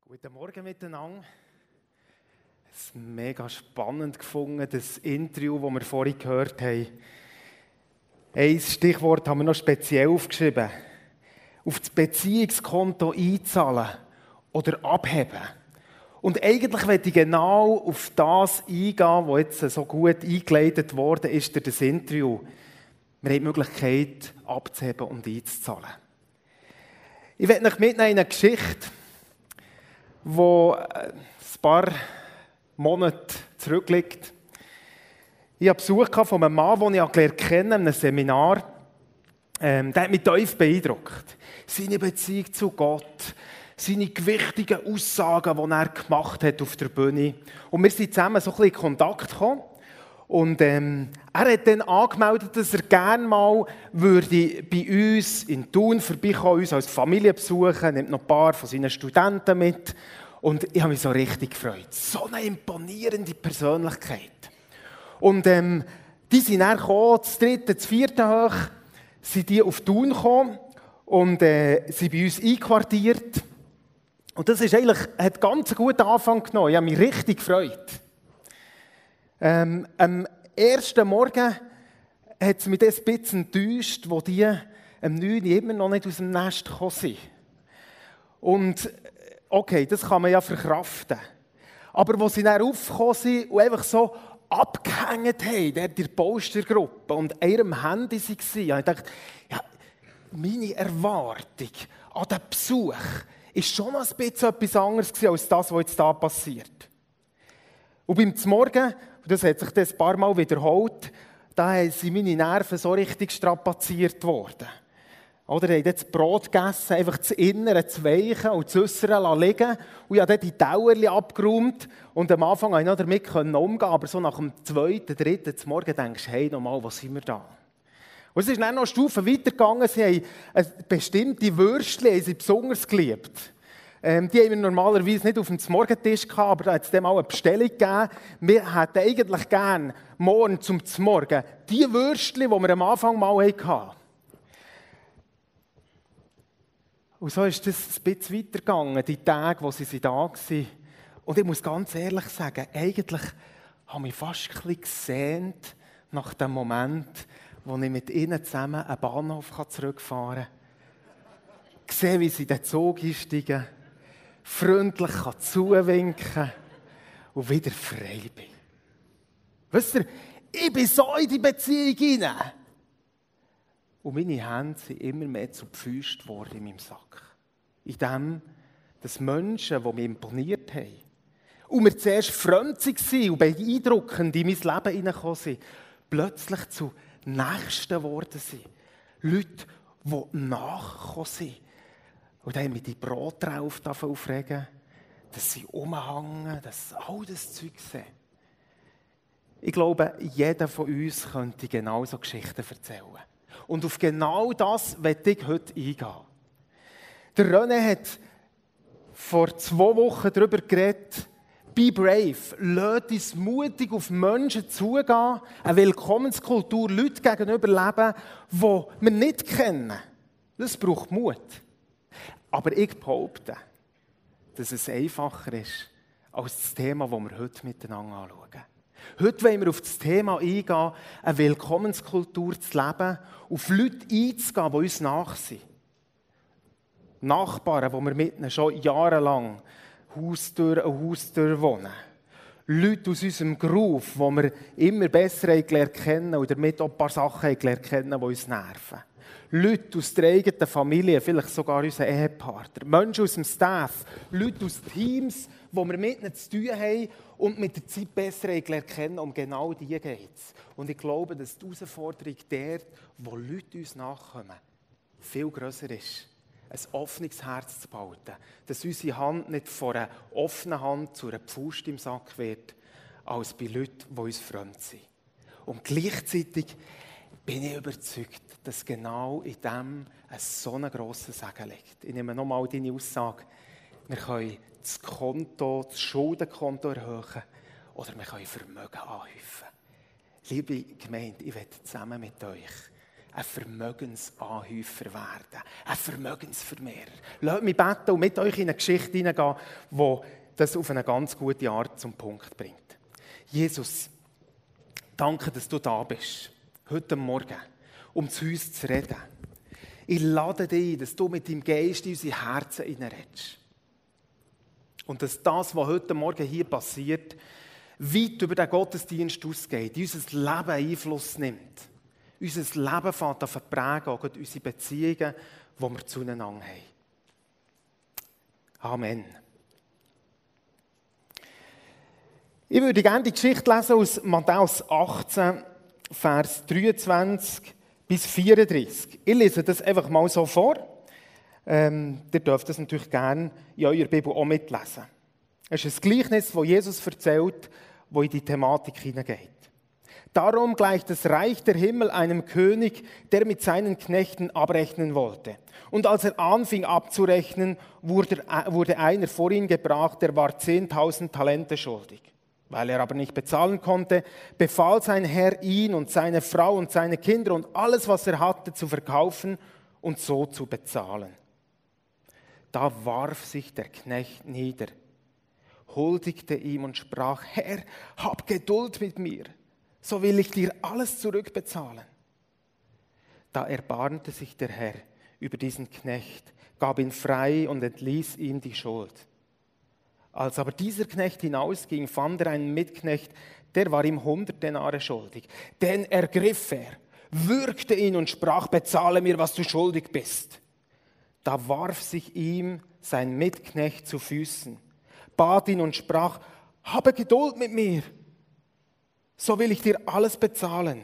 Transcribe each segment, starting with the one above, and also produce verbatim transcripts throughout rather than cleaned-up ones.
Guten Morgen miteinander. Es ist mega spannend gefunden, das Interview, das wir vorhin gehört haben. Ein Stichwort haben wir noch speziell aufgeschrieben. Auf das Beziehungskonto einzahlen oder abheben. Und eigentlich möchte ich genau auf das eingehen, was jetzt so gut eingeleitet worden ist durch das Interview. Wir haben die Möglichkeit, abzuheben und einzuzahlen. Ich werde euch mitnehmen in eine Geschichte, wo ein paar Monate zurückliegt. Ich hatte Besuch von einem Mann, den ich gelernt habe, in einem Seminar. Ähm, der hat mich tief beeindruckt. Seine Beziehung zu Gott, seine gewichtigen Aussagen, die er gemacht hat auf der Bühne. Und wir sind zusammen so ein bisschen in Kontakt gekommen. Und ähm, er hat dann angemeldet, dass er gerne mal würde bei uns in Thun vorbeikommen, uns als Familie besuchen, nimmt noch ein paar von seinen Studenten mit. Und ich habe mich so richtig gefreut. So eine imponierende Persönlichkeit. Und ähm, die sind dann gekommen, das dritte, das vierte hoch, sind die auf Thun gekommen und äh, sind bei uns einquartiert. Und das ist eigentlich, hat ganz einen guten Anfang genommen. Ich habe mich richtig gefreut. Ähm, am ersten Morgen hat es mich ein bisschen enttäuscht, wo die am neun Uhr immer noch nicht aus dem Nest gekommen sind. Und okay, das kann man ja verkraften. Aber wo sie dann aufgekommen sind und einfach so abgehängt haben, der der Postergruppe und an ihrem Handy waren, habe ich gedacht, ja, meine Erwartung an den Besuch war schon ein bisschen etwas anderes als das, was jetzt hier passiert. Und beim Morgen, das hat sich das ein paar Mal wiederholt, da sind meine Nerven so richtig strapaziert worden. Oder ich habe das Brot gegessen, einfach das Innere zu weichen und das Äußere liegen. Und ich habe dann die Tauerchen abgeräumt. Und am Anfang konnte ich noch damit umgehen. Aber so nach dem zweiten, dritten zum Morgen denkst du, hey, nochmal, wo sind wir da? Und es ist dann noch eine Stufe weitergegangen. Sie haben bestimmte Würstchen haben sie besonders geliebt. Ähm, die haben wir normalerweise nicht auf dem Morgentisch gehabt, aber da hat es dem auch eine Bestellung gegeben. Wir hätten eigentlich gerne morgen zum Morgen die Würstchen, die wir am Anfang mal hatten. Und so ist das ein bisschen weitergegangen, die Tage, wo sie da waren. Und ich muss ganz ehrlich sagen, eigentlich habe ich mich fast ein bisschen gesehnt nach dem Moment, wo ich mit ihnen zusammen einen Bahnhof zurückfahren kann. Sehe, wie sie in den Zug einsteigen, freundlich zuwinken und wieder frei bin. Wisst ihr, ich bin so in die Beziehung hinein. Und meine Hände sind immer mehr zu Pfüsten geworden in meinem Sack. In dem, dass Menschen, die mich imponiert haben, und mir zuerst fremd waren und beeindruckend in mein Leben hineingekommen sind, plötzlich zu Nächsten geworden sind. Leute, die nachgekommen sind. Und dann haben mich die Brottraufe aufregen, dass sie umhängen, dass sie all das Zeug sehen. Ich glaube, jeder von uns könnte genau so Geschichten erzählen. Und auf genau das möchte ich heute eingehen. Der René hat vor zwei Wochen darüber geredet, be brave, lasst uns mutig auf Menschen zugehen, eine Willkommenskultur, Leute gegenüber leben, die wir nicht kennen. Das braucht Mut. Aber ich behaupte, dass es einfacher ist, als das Thema, das wir heute miteinander anschauen. Heute wollen wir auf das Thema eingehen, eine Willkommenskultur zu leben, auf Leute einzugehen, die uns nach sind. Nachbarn, die wir mit ihnen schon jahrelang Haustür an Haustür wohnen. Leute aus unserem Groove, die wir immer besser gelernt kennen und damit auch ein paar Sachen gelernt kennen, die uns nerven. Leute aus der eigenen Familie, vielleicht sogar unser Ehepartner. Menschen aus dem Staff, Leute aus Teams, die wir mit ihnen zu tun haben und mit der Zeit besser gelernt kennen. Um genau die geht es. Und ich glaube, dass die Herausforderung dort, wo Leute uns nachkommen, viel grösser ist. Ein offenes Herz zu behalten. Dass unsere Hand nicht von einer offenen Hand zu einer Pfust im Sack wird, als bei Leuten, die uns fremd sind. Und gleichzeitig bin ich überzeugt, dass genau in dem ein so ein grosser Segen liegt. Ich nehme nochmal deine Aussage. Wir können das Konto, das Schuldenkonto erhöhen oder wir können Vermögen anhäufen. Liebe Gemeinde, ich möchte zusammen mit euch ein Vermögensanhäufer werden, ein Vermögensvermehrer. Lasst mich beten und mit euch in eine Geschichte hineingehen, die das auf eine ganz gute Art zum Punkt bringt. Jesus, danke, dass du da bist, heute Morgen, um zu uns zu reden. Ich lade dich ein, dass du mit deinem Geist in unsere Herzen hineinredest. Und dass das, was heute Morgen hier passiert, weit über den Gottesdienst ausgeht, in unser Leben Einfluss nimmt. Unser Leben fängt an zu prägen, auch unsere Beziehungen, die wir zueinander haben. Amen. Ich würde gerne die Geschichte lesen aus Matthäus achtzehn, Vers dreiundzwanzig bis vierunddreißig. Ich lese das einfach mal so vor. Ähm, ihr dürft das natürlich gerne in eurer Bibel auch mitlesen. Es ist ein Gleichnis, das Jesus erzählt, das in die Thematik hineingeht. Darum gleicht das Reich der Himmel einem König, der mit seinen Knechten abrechnen wollte. Und als er anfing abzurechnen, wurde, wurde einer vor ihn gebracht, der war zehntausend Talente schuldig. Weil er aber nicht bezahlen konnte, befahl sein Herr, ihn und seine Frau und seine Kinder und alles, was er hatte, zu verkaufen und so zu bezahlen. Da warf sich der Knecht nieder, huldigte ihm und sprach: Herr, hab Geduld mit mir, so will ich dir alles zurückbezahlen. Da erbarmte sich der Herr über diesen Knecht, gab ihn frei und entließ ihm die Schuld. Als aber dieser Knecht hinausging, fand er einen Mitknecht, der war ihm hundert Denare schuldig. Den ergriff er, würgte ihn und sprach: Bezahle mir, was du schuldig bist. Da warf sich ihm sein Mitknecht zu Füßen, bat ihn und sprach: Habe Geduld mit mir, so will ich dir alles bezahlen.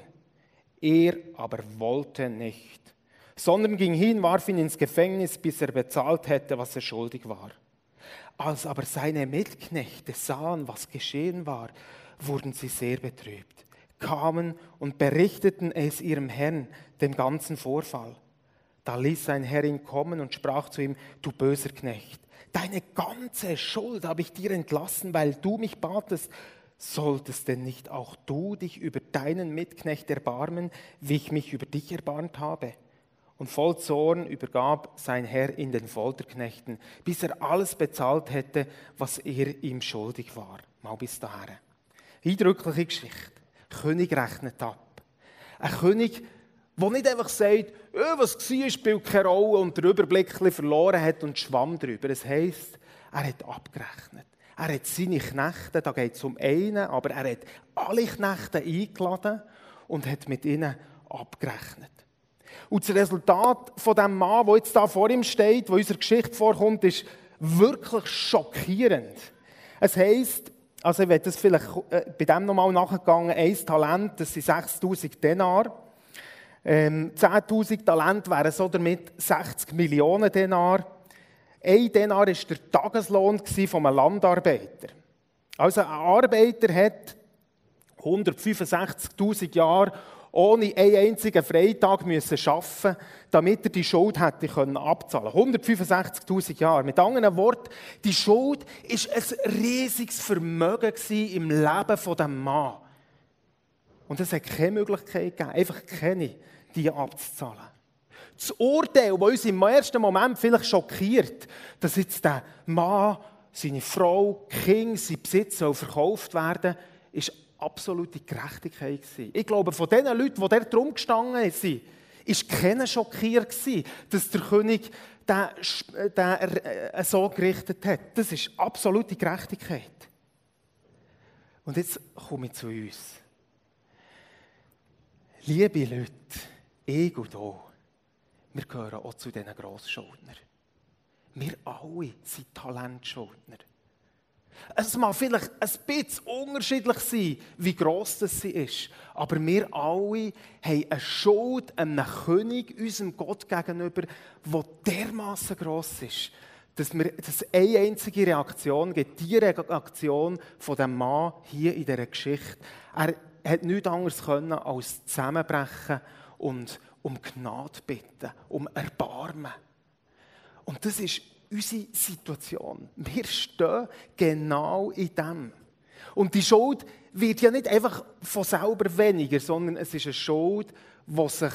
Er aber wollte nicht, sondern ging hin, warf ihn ins Gefängnis, bis er bezahlt hätte, was er schuldig war. Als aber seine Mitknechte sahen, was geschehen war, wurden sie sehr betrübt, kamen und berichteten es ihrem Herrn, den ganzen Vorfall. Da ließ sein Herr ihn kommen und sprach zu ihm: Du böser Knecht, deine ganze Schuld habe ich dir entlassen, weil du mich batest. Solltest denn nicht auch du dich über deinen Mitknecht erbarmen, wie ich mich über dich erbarmt habe? Und voll Zorn übergab sein Herr ihn den Folterknechten, bis er alles bezahlt hätte, was er ihm schuldig war. Mal bis dahin. Eindrückliche Geschichte. König rechnet ab. Ein König, der nicht einfach sagt, oh, was war, spielt keine Rolle und den Überblick verloren hat und schwamm drüber. Es heisst, er hat abgerechnet. Er hat seine Knechte, da geht es um einen, aber er hat alle Knechte eingeladen und hat mit ihnen abgerechnet. Und das Resultat von dem Mann, der jetzt da vor ihm steht, wo in unserer Geschichte vorkommt, ist wirklich schockierend. Es heisst, also ich werde das vielleicht bei dem nochmal nachgegangen, ein Talent, das sind sechstausend Denar. Ähm, zehntausend Talent wären so damit sechzig Millionen Denar. Ein Denar war der Tageslohn von einem Landarbeiter. Also ein Arbeiter hat hundertfünfundsechzigtausend Jahre ohne einen einzigen Freitag müssen arbeiten, damit er die Schuld hätte können abzahlen. hundertfünfundsechzigtausend Jahre. Mit anderen Worten, die Schuld war ein riesiges Vermögen im Leben von diesem Mann. Und es hat keine Möglichkeit gegeben, einfach keine, die abzuzahlen. Das Urteil, das uns im ersten Moment vielleicht schockiert, dass jetzt der Mann, seine Frau, die Kinder, sein Besitz verkauft werden, ist absolute Gerechtigkeit gewesen. Ich glaube, von den Leuten, die dort rumgestanden sind, war keiner schockiert gewesen, dass der König den, den äh, so gerichtet hat. Das ist absolute Gerechtigkeit. Und jetzt komme ich zu uns. Liebe Leute, ich und du, wir gehören auch zu diesen Grossschuldnern. Wir alle sind Talentschuldner. Es mag vielleicht ein bisschen unterschiedlich sein, wie gross das sie ist. Aber wir alle haben eine Schuld einem König, unserem Gott gegenüber, die dermassen gross ist, dass wir dass es eine einzige Reaktion gibt. Die Reaktion von dem Mann hier in dieser Geschichte. Er hat nichts anderes können als zusammenbrechen und um Gnade bitten, um Erbarmen. Und das ist unsere Situation. Wir stehen genau in dem. Und die Schuld wird ja nicht einfach von selber weniger, sondern es ist eine Schuld, die sich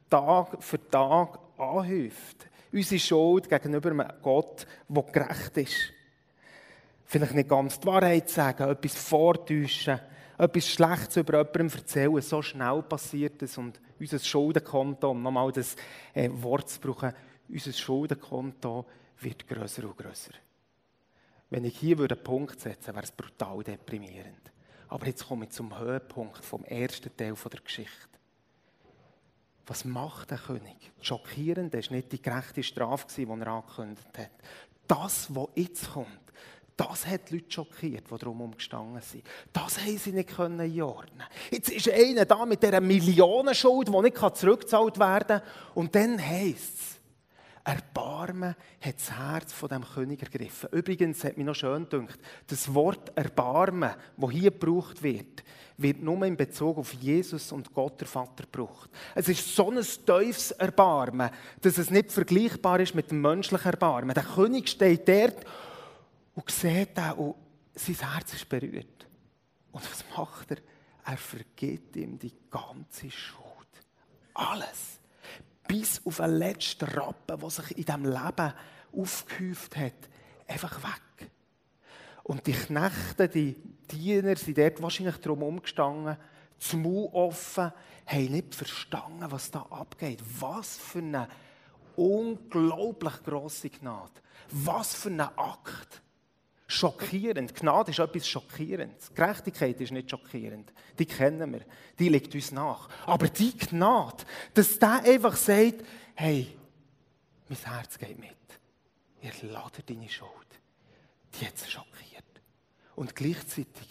Tag für Tag anhäuft. Unsere Schuld gegenüber einem Gott, der gerecht ist. Vielleicht nicht ganz die Wahrheit sagen, etwas vortäuschen, etwas Schlechtes über jemandem erzählen, so schnell passiert es. Und unser Schuldenkonto, um nochmal das äh, Wort zu brauchen, unser Schuldenkonto wird grösser und grösser. Wenn ich hier einen Punkt setzen würde, wäre es brutal deprimierend. Aber jetzt komme ich zum Höhepunkt vom ersten Teil der Geschichte. Was macht der König? Schockierend war nicht die gerechte Strafe, die er angekündigt hat. Das, was jetzt kommt, das hat die Leute schockiert, die darum gestanden sind. Das haben sie nicht einordnen. Jetzt ist einer da mit dieser Millionenschuld, die nicht zurückgezahlt werden kann. Und dann heisst es, Erbarmen hat das Herz von dem König ergriffen. Übrigens hat mich noch schön gedacht, das Wort Erbarmen, das hier gebraucht wird, wird nur in Bezug auf Jesus und Gott, der Vater, gebraucht. Es ist so ein tiefes Erbarmen, dass es nicht vergleichbar ist mit dem menschlichen Erbarmen. Der König steht dort und sieht ihn und sein Herz ist berührt. Und was macht er? Er vergibt ihm die ganze Schuld. Alles. Bis auf den letzten Rappen, der sich in diesem Leben aufgehäuft hat, einfach weg. Und die Knechte, die Diener, sind dort wahrscheinlich darum umgestanden, das Maul offen, haben nicht verstanden, was da abgeht. Was für eine unglaublich grosse Gnade. Was für ein Akt. Schockierend. Gnade ist etwas Schockierendes. Gerechtigkeit ist nicht schockierend. Die kennen wir. Die liegt uns nach. Aber die Gnade, dass der einfach sagt, hey, mein Herz geht mit. Ihr ladet deine Schuld. Die hat es schockiert. Und gleichzeitig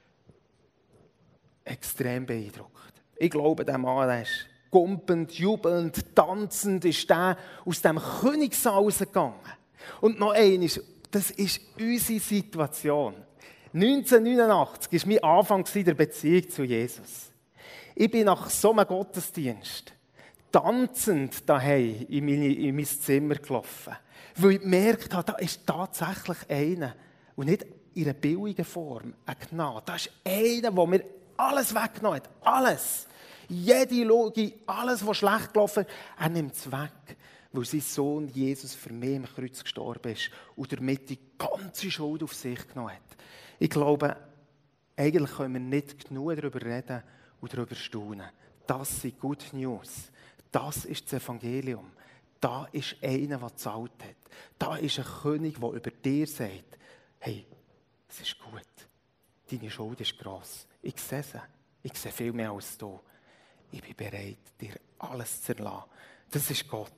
extrem beeindruckt. Ich glaube, der Mann, der ist gumpend, jubelnd, tanzend, ist der aus dem Königssaal rausgegangen. Und noch eines, das ist unsere Situation. neunzehnhundertneunundachtzig war mein Anfang der Beziehung zu Jesus. Ich bin nach so einem Gottesdienst tanzend daheim in, meine, in mein Zimmer gelaufen, weil ich gemerkt habe, da ist tatsächlich einer und nicht in einer billigen Form, eine Gnade. Da ist einer, der mir alles weggenommen hat. Alles. Jede Logik, alles, was schlecht gelaufen ist, er nimmt es weg. Weil sein Sohn Jesus für mich am Kreuz gestorben ist und damit die ganze Schuld auf sich genommen hat. Ich glaube, eigentlich können wir nicht genug darüber reden und darüber staunen. Das sind Good News. Das ist das Evangelium. Da ist einer, der gezahlt hat. Da ist ein König, der über dir sagt, hey, es ist gut. Deine Schuld ist gross. Ich sehe sie. Ich sehe viel mehr als du. Ich bin bereit, dir alles zu erlassen. Das ist Gott.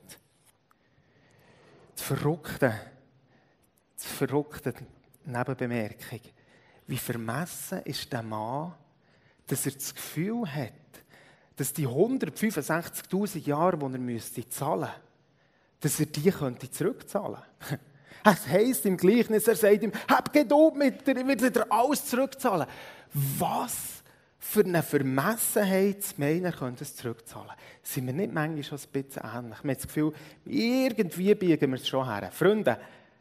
Das Verrückte, das Verrückte Nebenbemerkung. Wie vermessen ist der Mann, dass er das Gefühl hat, dass die hundertfünfundsechzigtausend Jahre, die er müsste zahlen, dass er die könnte zurückzahlen. Es heisst im Gleichnis, er sagt ihm, hab Geduld mit dir, ich werde dir alles zurückzahlen. Was für eine Vermessenheit zu meinen, er könnte es zurückzahlen. Sind wir nicht manchmal schon ein bisschen ähnlich? Wir haben das Gefühl, irgendwie biegen wir es schon her. Freunde,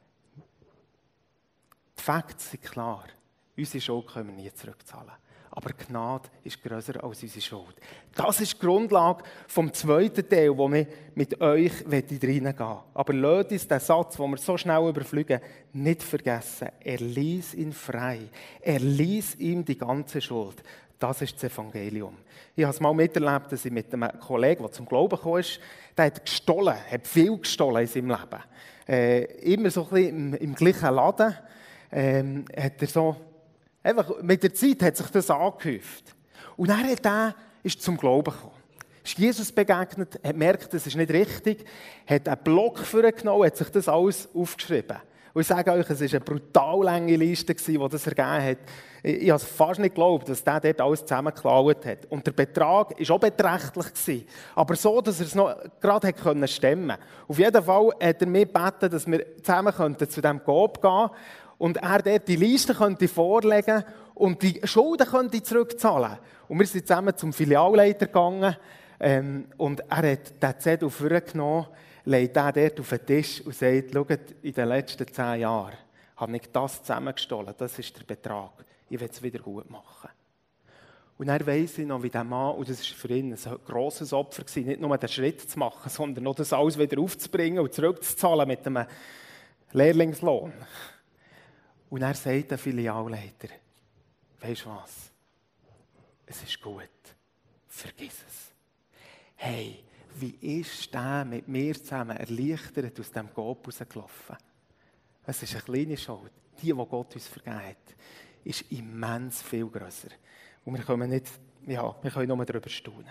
die Facts sind klar. Unsere Schuld können wir nie zurückzahlen. Aber Gnade ist grösser als unsere Schuld. Das ist die Grundlage vom zweiten Teil, wo ich mit euch reingehen möchte. Aber lasst uns den Satz, den wir so schnell überfliegen, nicht vergessen. Er ließ ihn frei. Er ließ ihm die ganze Schuld. Das ist das Evangelium. Ich habe es mal miterlebt, dass ich mit einem Kollegen, der zum Glauben kam, der hat gestohlen, hat viel gestohlen in seinem Leben. Äh, immer so ein bisschen im, im gleichen Laden. Ähm, hat er so, einfach mit der Zeit hat sich das angehäuft. Und dann hat er, ist zum Glauben gekommen. Ist Jesus begegnet, hat gemerkt, das ist nicht richtig, hat einen Block vorgenommen, hat sich das alles aufgeschrieben. Und ich sage euch, es war eine brutal lange Liste, die das ergeben hat. Ich, ich habe es fast nicht geglaubt, dass der dort alles zusammengeklaut hat. Und der Betrag war auch beträchtlich. Aber so, dass er es noch gerade stemmen konnte. Auf jeden Fall hat er mir gebeten, dass wir zusammen zu diesem Coop gehen könnten. Und er dort die Liste könnte vorlegen und die Schulden könnte zurückzahlen. Und wir sind zusammen zum Filialleiter gegangen. Ähm, und er hat den Zettel vorgenommen, legt den dort auf den Tisch und sagt, schaut, in den letzten zehn Jahren habe ich das zusammengestohlen. Das ist der Betrag. Ich will es wieder gut machen. Und dann weiss ich noch, wie der Mann, und das war für ihn ein grosses Opfer, nicht nur den Schritt zu machen, sondern noch das alles wieder aufzubringen und zurückzuzahlen mit einem Lehrlingslohn. Und er sagt der Filialleiter, weisst du was? Es ist gut. Vergiss es. Hey, wie ist der mit mir zusammen erleichtert aus dem Coop rausgelaufen? Es ist eine kleine Schuld. Die, die Gott uns vergeben hat, ist immens viel grösser. Und wir können nicht, ja, wir können nur darüber staunen.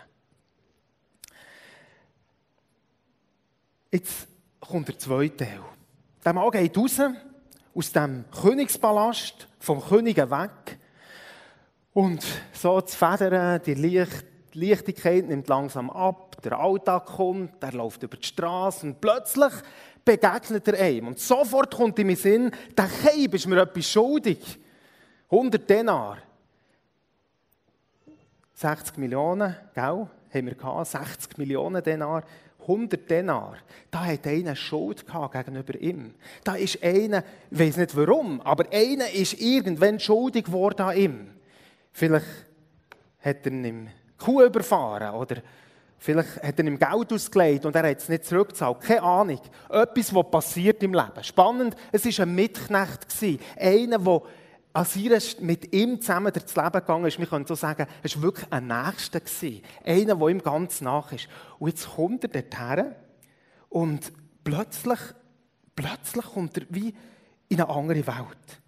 Jetzt kommt der zweite Teil. Der Mann geht raus, aus dem Königspalast, vom König weg. Und so das Federn, die, Licht, die Leichtigkeit nimmt langsam ab, der Alltag kommt, er läuft über die Straße und plötzlich begegnet er einem. Und sofort kommt in meinen Sinn, der Keib ist mir etwas schuldig. hundert Denar. sechzig Millionen, gell, haben wir gehabt, sechzig Millionen Denar, hundert Denar. Da hat einer Schuld gehabt gegenüber ihm. Da ist einer, ich weiss nicht warum, aber einer ist irgendwann schuldig geworden an ihm. Vielleicht hat er ihm Kuh überfahren oder vielleicht hat er ihm Geld ausgelegt und er hat es nicht zurückgezahlt. Keine Ahnung. Etwas, was passiert im Leben. Spannend, es war ein Mitknecht. Einer, der an seiner, mit ihm zusammen durchs Leben gegangen ist. Wir können so sagen, es war wirklich ein Nächster. Einer, der ihm ganz nach ist. Und jetzt kommt er dorthin und plötzlich, plötzlich kommt er wie in eine andere Welt.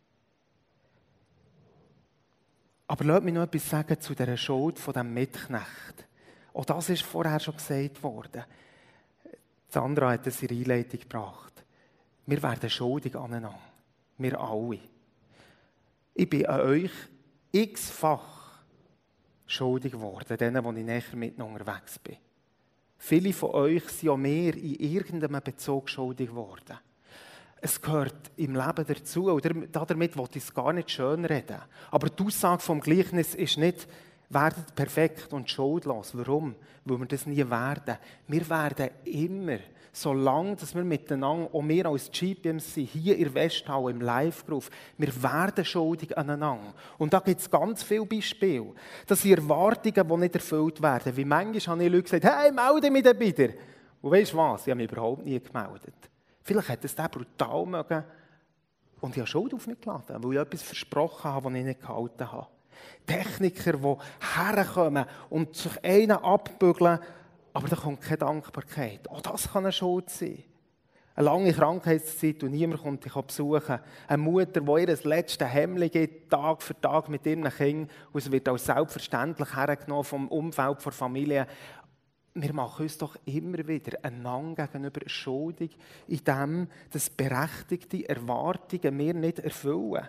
Aber lasst mich noch etwas sagen zu dieser Schuld von diesem Mitknecht. Auch das ist vorher schon gesagt worden. Sandra hat das in ihre Einleitung gebracht. Wir werden schuldig aneinander. Wir alle. Ich bin an euch x-fach schuldig geworden, denen, die ich näher mit unterwegs bin. Viele von euch sind auch mir in irgendeinem Bezug schuldig geworden. Es gehört im Leben dazu, und damit will ich es gar nicht schönreden. Aber die Aussage vom Gleichnis ist nicht, werdet perfekt und schuldlos. Warum? Weil wir das nie werden. Wir werden immer, solange dass wir miteinander, auch wir als G P M C hier in der Westhalle im Live-Groove, wir werden schuldig aneinander. Und da gibt es ganz viele Beispiele. Das sind Erwartungen, die nicht erfüllt werden. Wie manchmal habe ich Leute gesagt, hey, melde mich dann wieder. Und weisst du was? Ich habe mich überhaupt nie gemeldet. Vielleicht hat es den brutal mögen und ich habe Schuld auf mich geladen, weil ich etwas versprochen habe, das ich nicht gehalten habe. Techniker, die herkommen und sich einen abbügeln, aber da kommt keine Dankbarkeit. Auch das kann eine Schuld sein. Eine lange Krankheitszeit und niemand kommt dich besuchen. Eine Mutter, die ihr das letzte Hemmli gibt, Tag für Tag mit ihren Kindern, und es wird als selbstverständlich hergenommen vom Umfeld, der Familie. Wir machen uns doch immer wieder einander gegenüber schuldig, indem das berechtigte Erwartungen wir nicht erfüllen.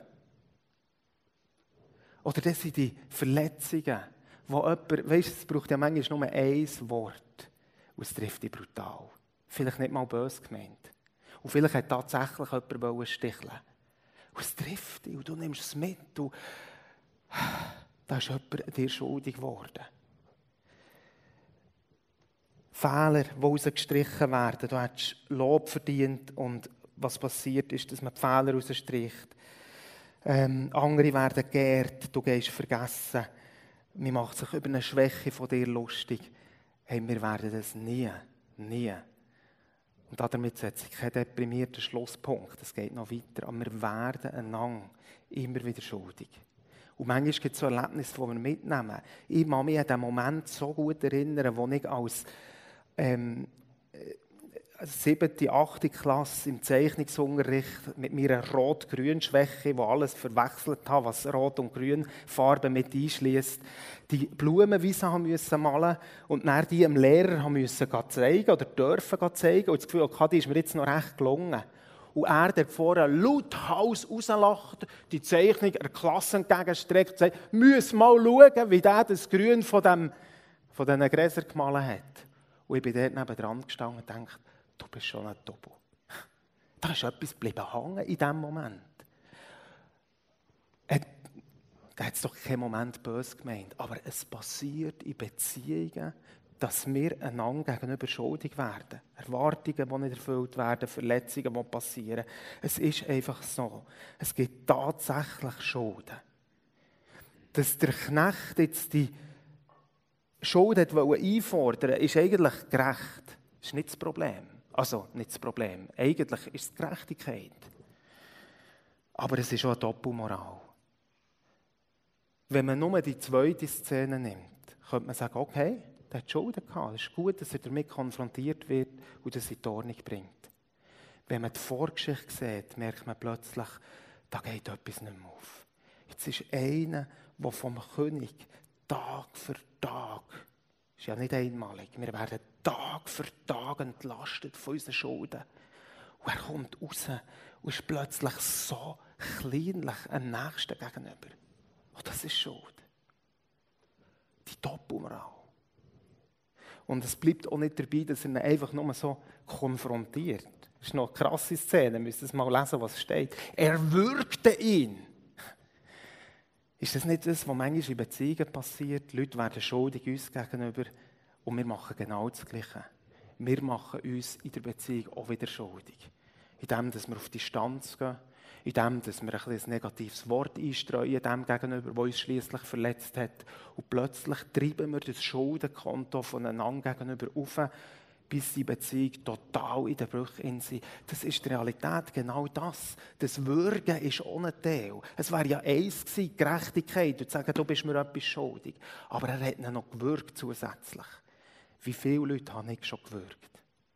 Oder das sind die Verletzungen, wo jemand, weisst, es braucht ja manchmal nur ein Wort und es trifft dich brutal. Vielleicht nicht mal böse gemeint. Und vielleicht hat tatsächlich jemand sticheln. Und es trifft dich und du nimmst es mit. Und da ist jemand dir schuldig geworden. Fehler, die rausgestrichen werden. Du hättest Lob verdient und was passiert ist, dass man die Fehler rausstricht. Ähm, andere werden geehrt, du gehst vergessen. Man macht sich über eine Schwäche von dir lustig. Hey, wir werden das nie, nie. Und damit setze ich keinen deprimierten Schlusspunkt. Es geht noch weiter. Aber wir werden einander immer wieder schuldig. Und manchmal gibt es so Erlebnisse, die wir mitnehmen. Ich kann mich an den Moment so gut erinnern, wo ich als ähm, siebte, achte Klasse im Zeichnungsunterricht mit meiner Rot-Grün-Schwäche, die alles verwechselt hat, was Rot- und Grünfarbe mit einschließt, die Blumenwiese haben müssen malen und dann die dem Lehrer haben müssen zeigen oder dürfen zeigen und das Gefühl hatte, die ist mir jetzt noch recht gelungen. Und er dort vorne lauthals rauslacht, die Zeichnung der Klasse entgegenstreckt und sagt, müssen mal schauen, wie der das Grün von, dem, von diesen Gräsern gemalt hat. Und ich bin dort nebendran gestanden und dachte, du bist schon ein Tobo. Da ist etwas geblieben hängen in diesem Moment. Er hat es doch keinen Moment böse gemeint, aber es passiert in Beziehungen, dass wir einander gegenüber schuldig werden. Erwartungen, die nicht erfüllt werden, Verletzungen, die passieren. Es ist einfach so. Es gibt tatsächlich Schulden. Dass der Knecht jetzt die Schuld hat einfordern wollte, ist eigentlich gerecht. Das ist nicht das Problem. Also, nicht das Problem. Eigentlich ist es Gerechtigkeit. Aber es ist auch eine Doppelmoral. Wenn man nur die zweite Szene nimmt, könnte man sagen, okay, der hat Schuld gehabt. Es ist gut, dass er damit konfrontiert wird und das in die Ordnung bringt. Wenn man die Vorgeschichte sieht, merkt man plötzlich, da geht etwas nicht mehr auf. Jetzt ist einer, der vom König Tag für Tag, das ist ja nicht einmalig, wir werden Tag für Tag entlastet von unseren Schulden. Und er kommt raus und ist plötzlich so kleinlich einem Nächsten gegenüber. Und das ist Schuld. Die Doppelmoral. Und es bleibt auch nicht dabei, dass er ihn einfach nur so konfrontiert. Das ist noch eine krasse Szene, ihr müsst es mal lesen, was steht. Er würgte ihn. Ist das nicht das, was manchmal in Beziehungen passiert? Die Leute werden schuldig uns gegenüber und wir machen genau das Gleiche. Wir machen uns in der Beziehung auch wieder schuldig. Indem, dass wir auf Distanz gehen, indem, dass wir ein, ein negatives Wort einstreuen, dem gegenüber, der uns schliesslich verletzt hat. Und plötzlich treiben wir das Schuldenkonto voneinander gegenüber auf, bis die Beziehung total in den Brüchen sind. Das ist die Realität, genau das. Das Würgen ist ohne Teil. Es wäre ja eins gewesen, Gerechtigkeit, und zu sagen, du bist mir etwas schuldig. Aber er hat ihn noch gewürgt zusätzlich. Wie viele Leute habe ich schon gewürgt?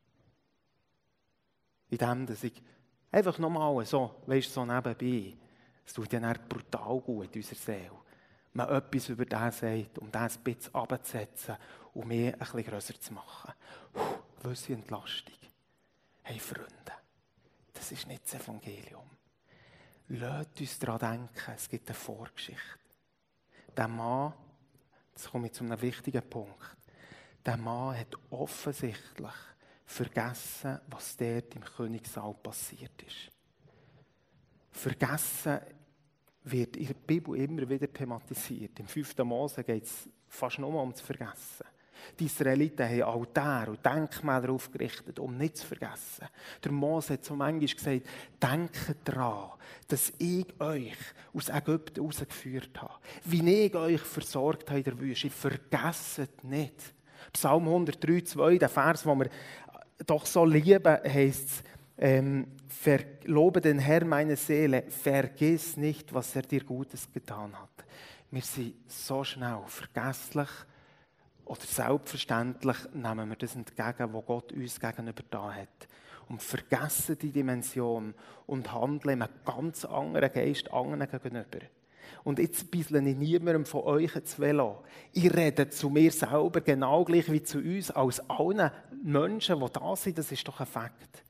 In dem, dass ich einfach nochmal so, weißt du, so nebenbei, es tut dann brutal gut in unserer Seele. Man etwas über den sagt, um das ein bisschen runterzusetzen und mich ein bisschen grösser zu machen. Puh, gewisse Entlastung. Hey Freunde, das ist nicht das Evangelium. Lasst uns daran denken, es gibt eine Vorgeschichte. Der Mann, jetzt komme ich zu einem wichtigen Punkt, der Mann hat offensichtlich vergessen, was dort im Königssaal passiert ist. Vergessen wird in der Bibel immer wieder thematisiert. Im fünften Mose geht es fast nur um zu vergessen. Die Israeliten haben Altäre und Denkmäler aufgerichtet, um nicht zu vergessen. Der Mose hat so manchmal gesagt, denkt daran, dass ich euch aus Ägypten herausgeführt habe. Wie ich euch versorgt habe in der Wüste. Vergesst nicht. Psalm hundertdrei, zwei, der Vers, den wir doch so lieben, heisst es, ähm, lobe den Herrn meine Seele, vergiss nicht, was er dir Gutes getan hat. Wir sind so schnell vergesslich oder selbstverständlich nehmen wir das entgegen, was Gott uns gegenüber da hat. Und vergessen die Dimension und handeln in einem ganz anderen Geist anderen gegenüber. Und jetzt bissle ich niemandem von euch ins Velo. Ich rede zu mir selber genau gleich wie zu uns, als allen Menschen, die da sind. Das ist doch ein Fakt.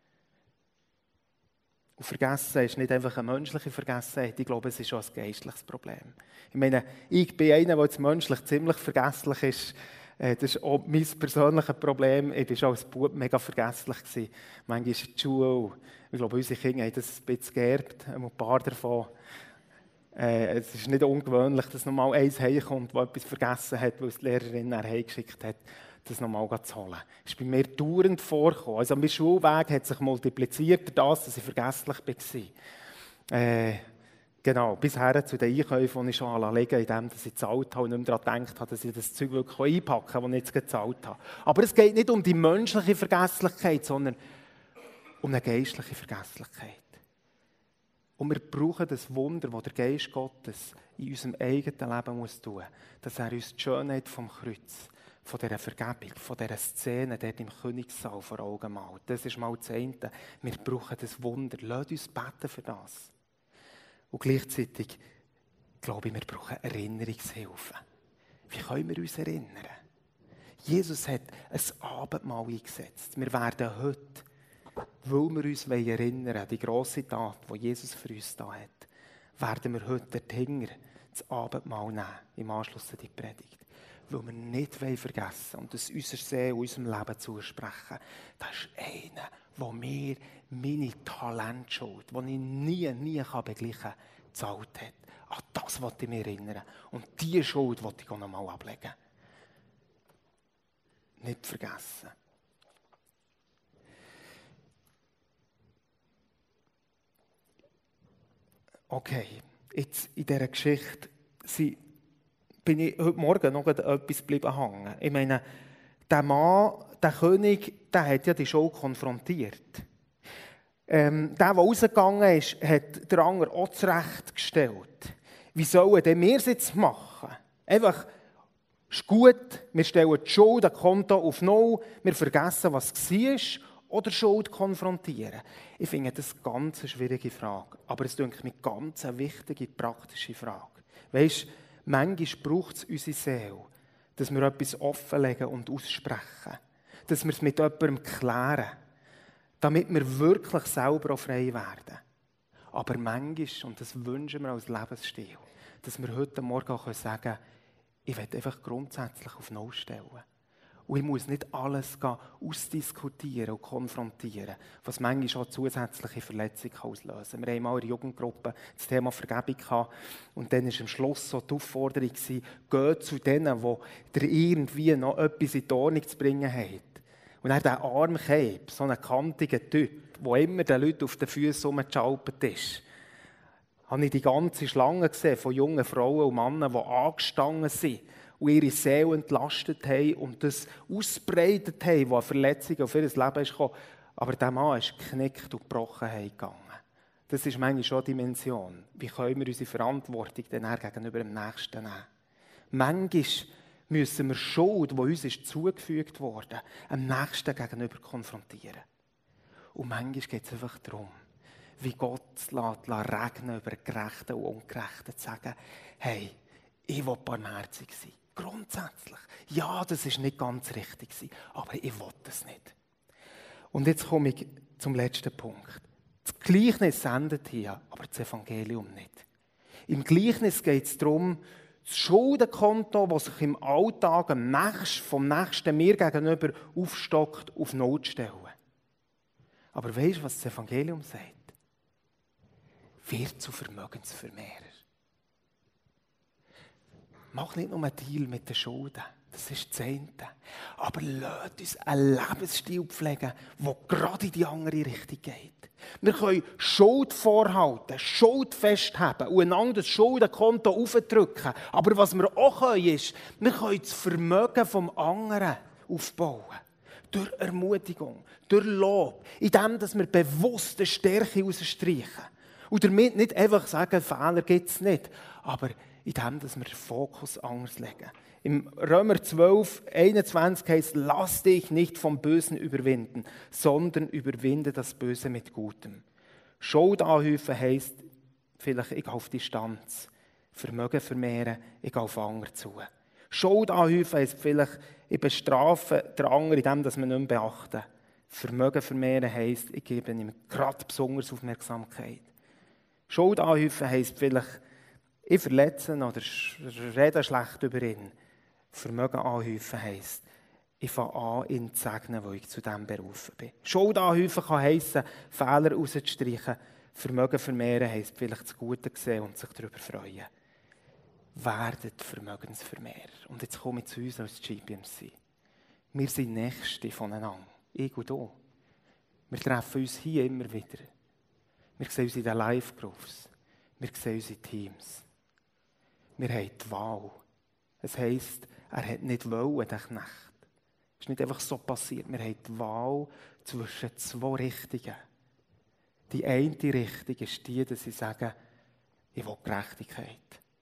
Und Vergessen ist nicht einfach eine menschliche Vergessenheit. Ich glaube, es ist auch ein geistliches Problem. Ich meine, ich bin einer, der jetzt menschlich ziemlich vergesslich ist. Das ist auch mein persönliches Problem. Ich war schon als Bub mega vergesslich. Manchmal ist die Schule, ich glaube, unsere Kinder haben das ein bisschen geerbt, ein paar davon. Äh, es ist nicht ungewöhnlich, dass noch mal eins heimkommt, das etwas vergessen hat, weil es die Lehrerin nachher heimgeschickt hat, das noch mal zu holen. Das ist bei mir dauernd vorgekommen. Also mein Schulweg hat sich multipliziert durch das, dass ich vergesslich war. Äh, genau, bis her zu den Einkäufen, die ich schon anlege, indem ich gezahlt habe und nicht mehr daran gedacht habe, dass ich das Zeug wirklich einpacken kann, das ich jetzt gezahlt habe. Aber es geht nicht um die menschliche Vergesslichkeit, sondern um eine geistliche Vergesslichkeit. Und wir brauchen das Wunder, das der Geist Gottes in unserem eigenen Leben muss tun muss, dass er uns die Schönheit vom Kreuz, von dieser Vergebung, von dieser Szene dort im Königssaal vor Augen malt. Das ist mal das eine. Wir brauchen das Wunder. Lasst uns beten für das. Und gleichzeitig glaube ich, wir brauchen Erinnerungshilfe. Wie können wir uns erinnern? Jesus hat ein Abendmahl eingesetzt. Wir werden heute, weil wir uns erinnern an die grosse Tat, die Jesus für uns da hat, werden wir heute den das Abendmahl nehmen, im Anschluss an die Predigt. Weil wir nicht vergessen wollen und das unser Seele, unserem Leben zusprechen. Das ist einer, der mir meine Talentschuld, die ich nie, nie begleichen kann, gezahlt hat. An das wollte ich mich erinnern. Und diese Schuld wollte ich auch noch mal ablegen. Nicht vergessen. Okay, jetzt in dieser Geschichte sie, bin ich heute Morgen noch etwas geblieben hängen. Ich meine, der Mann, der König, der hat ja die Show konfrontiert. Ähm, der, der rausgegangen ist, hat den anderen auch zurechtgestellt. Wie sollen denn wir es jetzt machen? Einfach, ist gut, wir stellen die Schuld, das Konto auf Null, wir vergessen, was war, oder Schuld konfrontieren. Ich finde das eine ganz schwierige Frage, aber es ist mir eine ganz wichtige, praktische Frage. Weisst, manchmal braucht es unsere Seele, dass wir etwas offenlegen und aussprechen, dass wir es mit jemandem klären, damit wir wirklich selber auch frei werden. Aber manchmal, und das wünschen wir als Lebensstil, dass wir heute Morgen auch sagen können, ich will einfach grundsätzlich auf Null stellen. Und ich muss nicht alles ausdiskutieren und konfrontieren, was manchmal auch zusätzliche Verletzungen auslösen kann. Wir hatten mal in der Jugendgruppe das Thema Vergebung gehabt, und dann war am Schluss so die Aufforderung, geht zu denen, die dir irgendwie noch etwas in die Ordnung zu bringen haben. Und dann der Armkeib, so ein kantiger Typ, der immer den Leuten auf den Füßen rumgeschalpert ist, habe ich die ganze Schlange gesehen von jungen Frauen und Männern, die angestanden sind und ihre Seele entlastet haben und das ausbreitet haben, was Verletzungen auf ihr Leben ist gekommen. Aber der Mann ist geknickt und gebrochen gegangen. Das ist manchmal schon eine Dimension. Wie können wir unsere Verantwortung dann gegenüber dem Nächsten nehmen? Manchmal müssen wir Schuld, die uns ist zugefügt wurde, dem Nächsten gegenüber konfrontieren. Und manchmal geht es einfach darum, wie Gott es lässt, lässt regnen über Gerechte und Ungerechte, zu sagen, hey, ich will barmherzig sein. Grundsätzlich. Ja, das war nicht ganz richtig, aber ich will das nicht. Und jetzt komme ich zum letzten Punkt. Das Gleichnis endet hier, aber das Evangelium nicht. Im Gleichnis geht es darum, das Schuldenkonto, das sich im Alltag am nächsten, vom Nächsten mir gegenüber aufstockt, auf Null zu stellen. Aber weißt du, was das Evangelium sagt? Wird zu Vermögensvermehrer. Mach nicht nur einen Deal mit den Schulden, das ist das eine. Aber lasst uns einen Lebensstil pflegen, der gerade in die andere Richtung geht. Wir können Schuld vorhalten, Schuld festhalten und einander das Schuldenkonto aufdrücken. Aber was wir auch können, ist, wir können das Vermögen vom anderen aufbauen. Durch Ermutigung, durch Lob, indem wir bewusst eine Stärke rausstreichen. Und damit nicht einfach sagen, Fehler gibt es nicht, aber indem wir den Fokus anders legen. Im Römer zwölf, einundzwanzig heißt, lass dich nicht vom Bösen überwinden, sondern überwinde das Böse mit Gutem. Schuld anhäufen heisst, vielleicht ich gehe auf Distanz. Vermögen vermehren, ich gehe auf andere zu. Schuld anhäufen heisst vielleicht, ich bestrafe den anderen, indem wir ihn nicht mehr beachten. Vermögen vermehren heisst, ich gebe ihm gerade besonders Aufmerksamkeit. Schuld anhäufen heisst vielleicht, ich verletze ihn oder rede schlecht über ihn. Vermögen anhäufen heisst, ich fange an, ihn zu segnen, wo ich zu diesem berufen bin. Schuld anhäufen kann heissen, Fehler rauszustreichen. Vermögen vermehren heisst vielleicht das Gute sehen und sich darüber freuen. Werdet Vermögensvermehrer. Und jetzt komme ich zu uns als G B M C. Wir sind Nächste voneinander. Ich und du. Wir treffen uns hier immer wieder. Wir sehen uns in den Live-Groups. Wir sehen unsere Teams. Wir haben die Wahl. Es heisst, er hat nicht wollen, der Knecht. Es ist nicht einfach so passiert. Wir haben die Wahl zwischen zwei Richtungen. Die eine Richtung ist die, dass sie sagen, ich will Gerechtigkeit.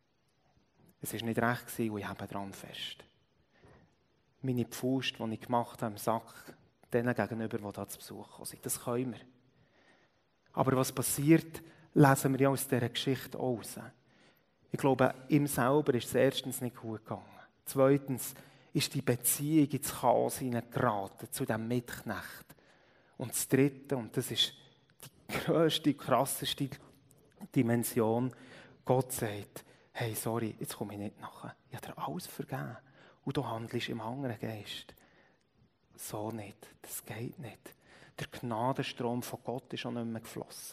Es war nicht recht und ich habe daran fest. Meine Pfust, die ich gemacht habe im Sack, denen gegenüber, die da zu Besuch kommen sind. Das können wir. Aber was passiert, lesen wir ja aus dieser Geschichte aus. Ich glaube, ihm selber ist es erstens nicht gut gegangen. Zweitens ist die Beziehung ins Chaos hineingeraten zu diesem Mitknecht. Und das Dritte, und das ist die grösste, krasseste Dimension, Gott sagt, hey, sorry, jetzt komme ich nicht nachher. Ich habe dir alles vergeben. Und du handelst im anderen Geist. So nicht. Das geht nicht. Der Gnadenstrom von Gott ist schon nicht mehr geflossen.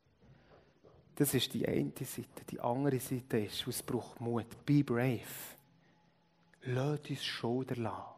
Das ist die eine Seite. Die andere Seite ist, es braucht Mut. Be brave. Lass uns Schuld lassen.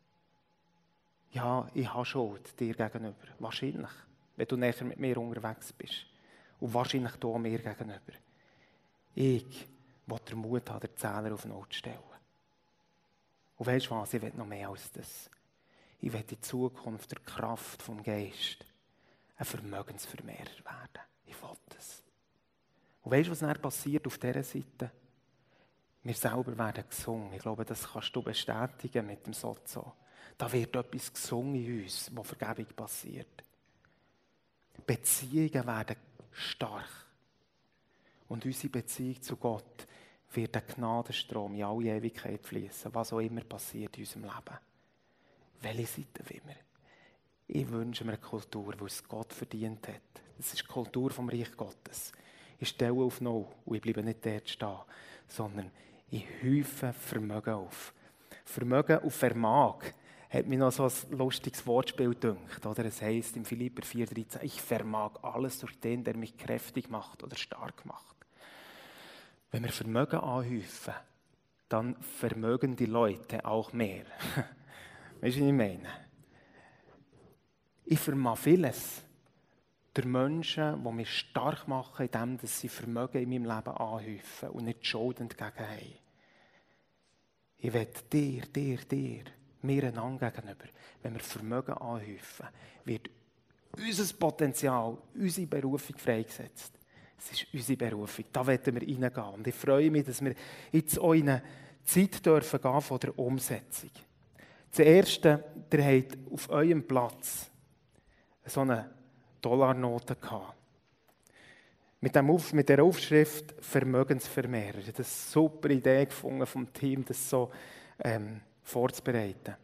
Ja, ich habe Schuld dir gegenüber. Wahrscheinlich. Wenn du näher mit mir unterwegs bist. Und wahrscheinlich du mir gegenüber. Ich der den Mut hat, den Zähler auf Null zu stellen. Und weisst du was, ich will noch mehr als das. Ich will in Zukunft der Kraft vom Geist ein Vermögensvermehrer werden. Ich will das. Und weisst du, was dann passiert auf dieser Seite? Wir selber werden gesungen. Ich glaube, das kannst du bestätigen mit dem Sozo. Da wird etwas gesungen in uns, wo Vergebung passiert. Beziehungen werden stark. Und unsere Beziehung zu Gott wird ein Gnadenstrom in alle Ewigkeit fließen, was auch immer passiert in unserem Leben. Welche Seite will wir? Ich wünsche mir eine Kultur, die es Gott verdient hat. Das ist die Kultur vom Reich Gottes. Ich stelle auf Null und ich bleibe nicht dort stehen, sondern ich häufe Vermögen auf. Vermögen auf Vermag hat mir noch so ein lustiges Wortspiel gedacht. Oder? Es heisst im Philipper vier dreizehn, ich vermag alles durch den, der mich kräftig macht oder stark macht. Wenn wir Vermögen anhäufen, dann vermögen die Leute auch mehr. Weißt du, was ich meine? Ich vermag vieles durch Menschen, die mich stark machen, indem sie Vermögen in meinem Leben anhäufen und nicht schuldend gegen haben. Ich will dir, dir, dir, mir einander gegenüber, wenn wir Vermögen anhäufen, wird unser Potenzial, unsere Berufung freigesetzt. Es ist unsere Berufung, da wollen wir reingehen. Und ich freue mich, dass wir jetzt auch in eine Zeit dürfen gehen von der Umsetzung. Zuerst, ihr habt auf eurem Platz so eine Dollarnote gehabt. Mit, dem Auf, mit der Aufschrift Vermögensvermehrer. Ich habe eine super Idee gefunden vom Team, das so ähm, vorzubereiten.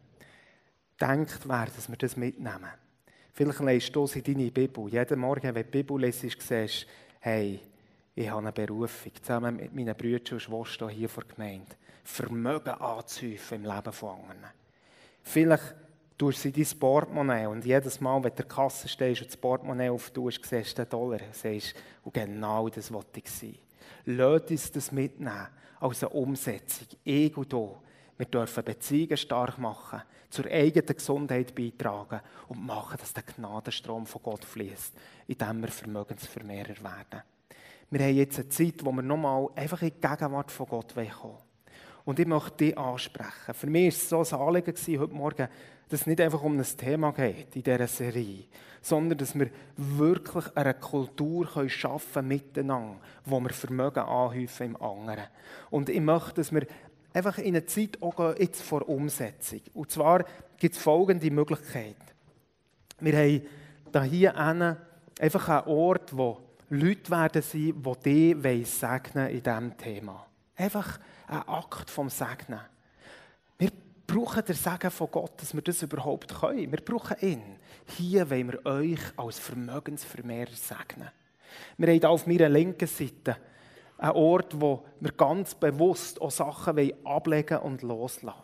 Denkt wer, dass wir das mitnehmen. Vielleicht liest du es in deine Bibel. Jeden Morgen, wenn du die Bibel liest, siehst du, hey, ich habe eine Berufung, zusammen mit meinen Brüdern und Schwestern hier vor der Gemeinde, Vermögen anzuhäufen im Leben von anderen. Vielleicht tust du in dein Portemonnaie und jedes Mal, wenn du in der Kasse stehst und das Portemonnaie auftust, siehst du den Dollar und sagst, und genau das wollte ich sein. Lass uns das mitnehmen als eine Umsetzung. Ich und du. Wir dürfen Beziehungen stark machen, zur eigenen Gesundheit beitragen und machen, dass der Gnadenstrom von Gott fließt, indem wir Vermögensvermehrer werden. Wir haben jetzt eine Zeit, wo wir nochmal einfach in die Gegenwart von Gott kommen wollen. Und ich möchte dich ansprechen. Für mich war es so ein Anliegen heute Morgen, dass es nicht einfach um ein Thema geht in dieser Serie, sondern dass wir wirklich eine Kultur schaffen können miteinander, wo wir Vermögen anhäufen im anderen. Und ich möchte, dass wir einfach in eine Zeit auch jetzt vor Umsetzung. Und zwar gibt es folgende Möglichkeit. Wir haben hier einfach einen Ort, wo Leute werden sein, die dich segnen in diesem Thema. Einfach ein Akt vom Segnen. Wir brauchen den Segen von Gott, dass wir das überhaupt können. Wir brauchen ihn. Hier wollen wir euch als Vermögensvermehrer segnen. Wir haben hier auf meiner linken Seite ein Ort, wo wir ganz bewusst auch Sachen ablegen und loslassen.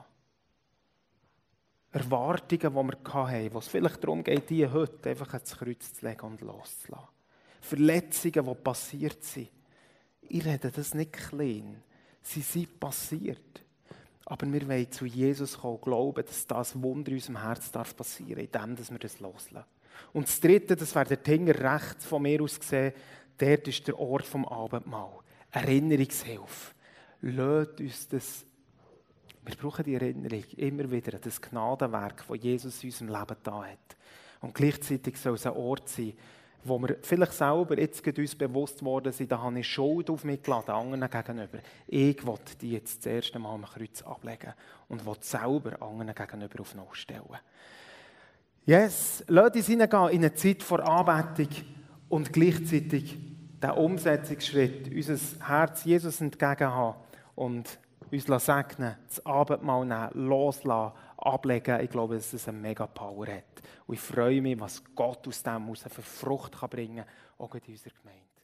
Erwartungen, die wir hatten, wo es vielleicht darum geht, die heute einfach ans Kreuz zu legen und loszulassen. Verletzungen, die passiert sind. Ich rede das nicht klein. Sie sind passiert. Aber wir wollen zu Jesus kommen und glauben, dass das Wunder in unserem Herz darf passieren, indem wir das loslassen. Und das Dritte, das wäre der Finger rechts von mir aus gesehen, dort ist der Ort vom Abendmahl. Erinnerungshilfe. Lasst uns das, wir brauchen die Erinnerung immer wieder an das Gnadenwerk, das Jesus in unserem Leben da hat. Und gleichzeitig soll es ein Ort sein, wo wir vielleicht selber jetzt uns bewusst worden sind, da habe ich Schuld auf mich geladen, anderen gegenüber. Ich will die jetzt das erste Mal am Kreuz ablegen und will selber anderen gegenüber auf Null stellen. Yes, lasst uns hineingehen in eine Zeit vor Anbetung und gleichzeitig den Umsetzungsschritt, unser Herz Jesus entgegen haben und uns segnen, das Abendmahl nehmen, loslassen, ablegen. Ich glaube, dass es eine mega Power hat. Und ich freue mich, was Gott aus dem heraus für Frucht bringen kann, auch in unserer Gemeinde.